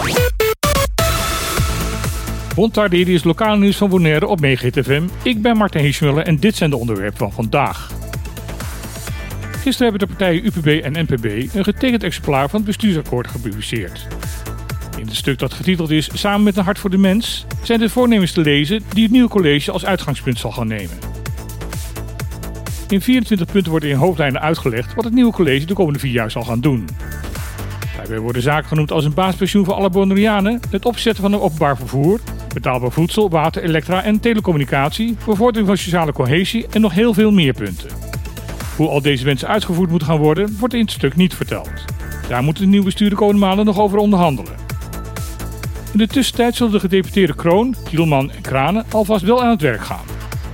Bontardi is lokale nieuws van Bonaire op MeeGTFM. Ik ben Martijn Hirschmuller en dit zijn de onderwerpen van vandaag. Gisteren hebben de partijen UPB en NPB een getekend exemplaar van het bestuursakkoord gepubliceerd. In het stuk dat getiteld is Samen met een hart voor de mens zijn de voornemens te lezen die het nieuwe college als uitgangspunt zal gaan nemen. In 24 punten wordt in hoofdlijnen uitgelegd wat het nieuwe college de komende 4 jaar zal gaan doen. Daarbij worden zaken genoemd als een basispensioen voor alle Bonaireanen, het opzetten van een openbaar vervoer, betaalbaar voedsel, water, elektra en telecommunicatie, bevordering van sociale cohesie en nog heel veel meer punten. Hoe al deze wensen uitgevoerd moeten gaan worden, wordt in het stuk niet verteld. Daar moet het nieuwe bestuur de komende maanden nog over onderhandelen. In de tussentijd zullen de gedeputeerde Kroon, Kielman en Kranen alvast wel aan het werk gaan.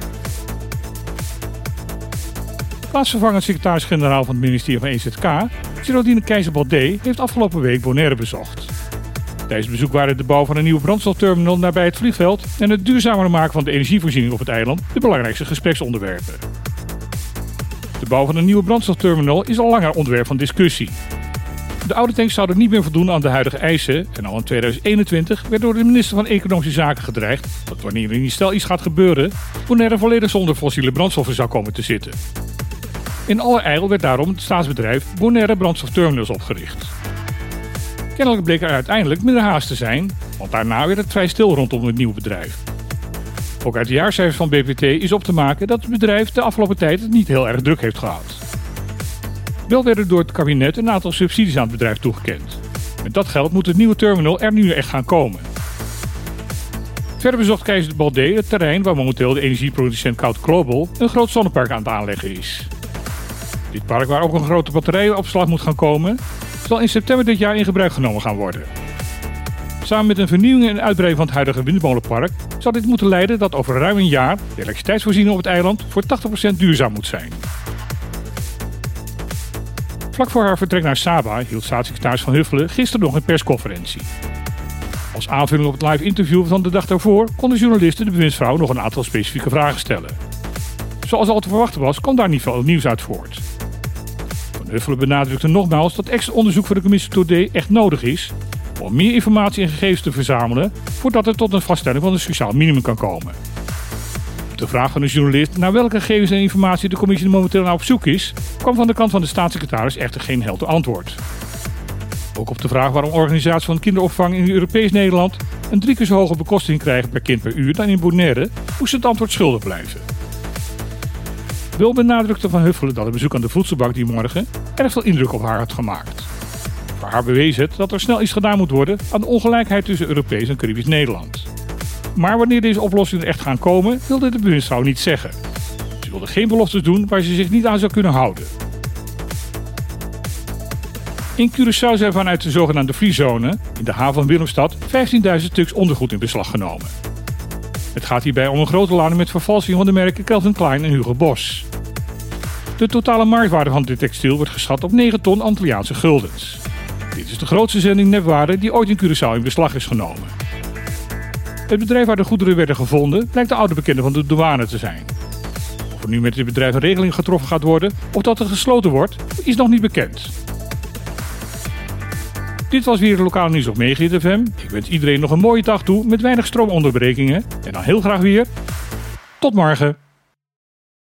Plaatsvervangend secretaris-generaal van het ministerie van EZK, Geraldine Keizer-Baldé, heeft afgelopen week Bonaire bezocht. Tijdens het bezoek waren de bouw van een nieuwe brandstofterminal nabij het vliegveld en het duurzamer maken van de energievoorziening op het eiland de belangrijkste gespreksonderwerpen. De bouw van een nieuwe brandstofterminal is al langer onderwerp van discussie. De oude tanks zouden niet meer voldoen aan de huidige eisen en al in 2021 werd door de minister van Economische Zaken gedreigd dat wanneer er niet snel iets gaat gebeuren, Bonaire volledig zonder fossiele brandstoffen zou komen te zitten. In allerijl werd daarom het staatsbedrijf Bonaire Brandstofterminals opgericht. Kennelijk bleek er uiteindelijk minder haast te zijn, want daarna werd het vrij stil rondom het nieuwe bedrijf. Ook uit de jaarcijfers van BPT is op te maken dat het bedrijf de afgelopen tijd het niet heel erg druk heeft gehad. Wel werden door het kabinet een aantal subsidies aan het bedrijf toegekend. Met dat geld moet het nieuwe terminal er nu echt gaan komen. Verder bezocht Keizer-Baldé het terrein waar momenteel de energieproducent Koud Global een groot zonnepark aan het aanleggen is. Dit park, waar ook een grote batterijenopslag moet gaan komen, zal in september dit jaar in gebruik genomen gaan worden. Samen met een vernieuwing en uitbreiding van het huidige windmolenpark zal dit moeten leiden dat over ruim een jaar de elektriciteitsvoorziening op het eiland voor 80% duurzaam moet zijn. Vlak voor haar vertrek naar Sabah hield staatssecretaris Van Huffelen gisteren nog een persconferentie. Als aanvulling op het live interview van de dag daarvoor konden journalisten de bewindsvrouw nog een aantal specifieke vragen stellen. Zoals al te verwachten was, kwam daar niet veel nieuws uit voort. Van Huffelen benadrukte nogmaals dat extra onderzoek voor de commissie Today echt nodig is om meer informatie en gegevens te verzamelen voordat er tot een vaststelling van een sociaal minimum kan komen. Op de vraag van de journalist naar welke gegevens en informatie de commissie momenteel naar op zoek is, kwam van de kant van de staatssecretaris echter geen helder antwoord. Ook op de vraag waarom organisaties van kinderopvang in Europees Nederland een 3 keer zo hoge bekosting krijgen per kind per uur dan in Bonaire, moest het antwoord schuldig blijven. Wel benadrukte Van Huffelen dat het bezoek aan de voedselbank die morgen erg veel indruk op haar had gemaakt. Voor haar bewees het dat er snel iets gedaan moet worden aan de ongelijkheid tussen Europees en Caribisch Nederland. Maar wanneer deze oplossingen er echt gaan komen, wilde de bewindsvrouw niet zeggen. Ze wilde geen beloftes doen waar ze zich niet aan zou kunnen houden. In Curaçao zijn vanuit de zogenaamde Free-zone in de haven van Willemstad 15.000 stuks ondergoed in beslag genomen. Het gaat hierbij om een grote lading met vervalsing van de merken Calvin Klein en Hugo Boss. De totale marktwaarde van dit textiel wordt geschat op 9 ton Antilliaanse guldens. Dit is de grootste zending nepware die ooit in Curaçao in beslag is genomen. Het bedrijf waar de goederen werden gevonden blijkt de oude bekende van de douane te zijn. Of er nu met dit bedrijf een regeling getroffen gaat worden of dat er gesloten wordt, is nog niet bekend. Dit was weer het lokale nieuws op MeeGTFM. Ik wens iedereen nog een mooie dag toe met weinig stroomonderbrekingen. En dan heel graag weer. Tot morgen.